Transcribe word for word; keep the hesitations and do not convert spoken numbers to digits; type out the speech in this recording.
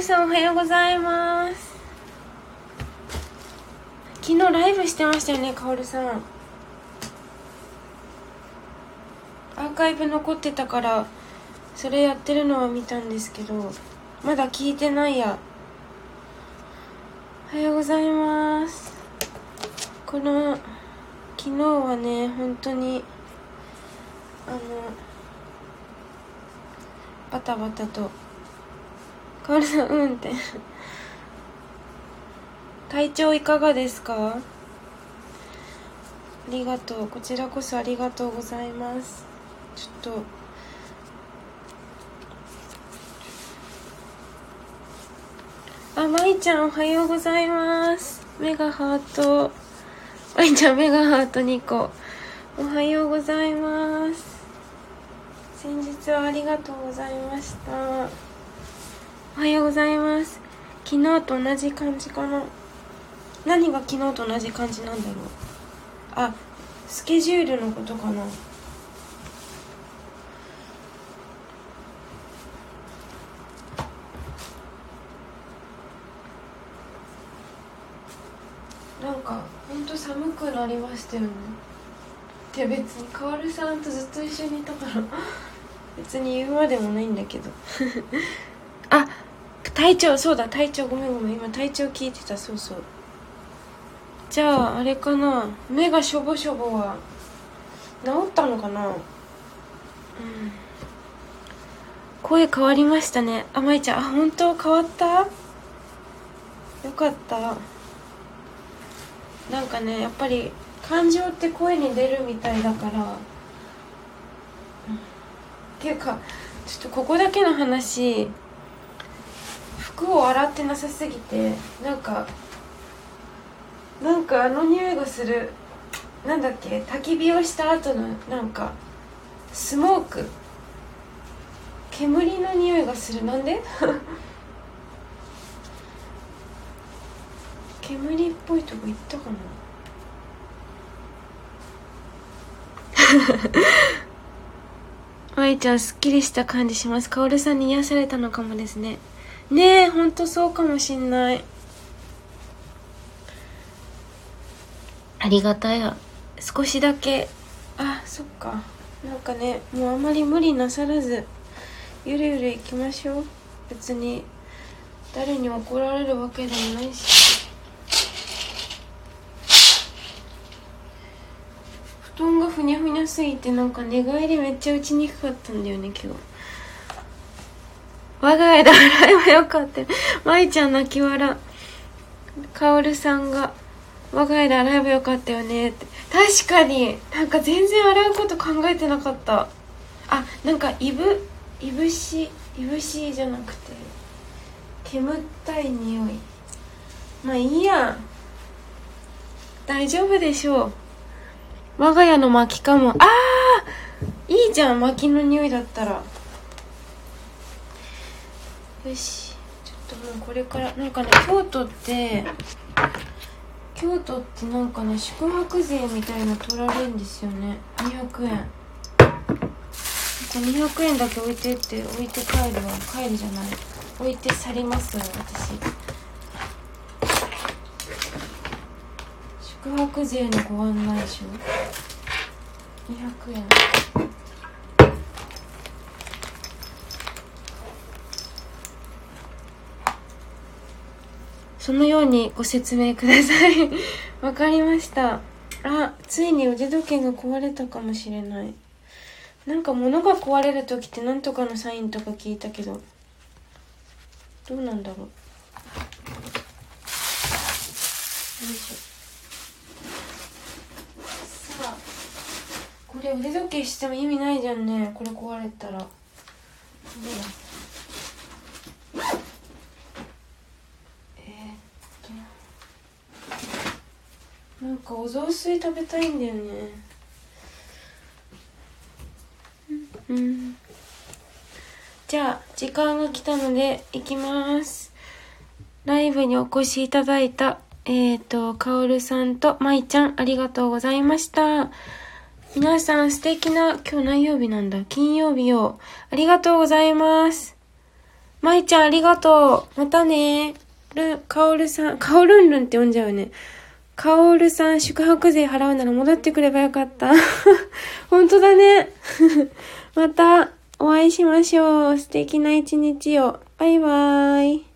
さんおはようございます。昨日ライブしてましたよね、かおるさん。アーカイブ残ってたからそれやってるのは見たんですけど、まだ聞いてないや。おはようございます。この昨日はね、本当にあのバタバタと。かおるさん、うんって体調いかがですか？ありがとう。こちらこそありがとうございます。ちょっとあ、まいちゃんおはようございます。メガハート。まいちゃんメガハートにこ。おはようございます。先日はありがとうございました。おはようございます。昨日と同じ感じかな。何が昨日と同じ感じなんだろう。あ、スケジュールのことかな。なんかほんと寒くなりましたよね。で別にかおるさんとずっと一緒にいたから別に言うまでもないんだけどあ、体調、そうだ、体調、ごめんごめん、今体調聞いてた。そうそう。じゃああれかな、目がしょぼしょぼは治ったのかな。うん、声変わりましたね。あ、まいちゃん、あ、本当変わった？よかった。なんかね、やっぱり感情って声に出るみたいだから、うん、っていうかちょっとここだけの話、服を洗ってなさすぎて、なんかなんかあの匂いがする。なんだっけ、焚き火をした後のなんかスモーク、煙の匂いがする。なんで煙っぽいとこ行ったかなまいちゃん、すっきりした感じします。かおるさんに癒されたのかもですね。ねえ、ほんとそうかもしんない。ありがたや。少しだけ。あ、そっか。なんかね、もうあまり無理なさらずゆるゆるいきましょう。別に誰に怒られるわけでもないし。布団がふにゃふにゃすぎて、なんか寝返りめっちゃ打ちにくかったんだよね今日。我が家で洗えばよかった。まいちゃん泣き笑。かおるさんが我が家で洗えばよかったよねって。確かに、なんか全然洗うこと考えてなかった。あ、なんかいぶいぶしいぶしじゃなくて煙ったい匂い。まあいいや、大丈夫でしょう。我が家の薪かも。あー、いいじゃん、薪の匂いだったら。よし、ちょっともうこれからなんかね、京都って京都ってなんかね、宿泊税みたいな取られるんですよね。にひゃくえん。なんかにひゃくえんだけ置いてって置いて帰るわ。帰るじゃない、置いて去りますわ私。宿泊税のご案内書にひゃくえん。そのようにご説明くださいわかりました。あ、ついに腕時計が壊れたかもしれない。なんか物が壊れるときってなんとかのサインとか聞いたけど、どうなんだろう。よいしょ。さあ、これ腕時計しても意味ないじゃんね、これ壊れたら。どうだ。なんかお雑炊食べたいんだよね。うん。じゃあ時間が来たので行きます。ライブにお越しいただいたえーとかおるさんとまいちゃん、ありがとうございました。皆さん素敵な、今日何曜日なんだ、金曜日をありがとうございます。 まいちゃんありがとう。またね。る、かおるさん、かおるんるんって呼んじゃうね。かおるさん、宿泊税払うなら戻ってくればよかった。本当だね。またお会いしましょう。素敵な一日を。バイバーイ。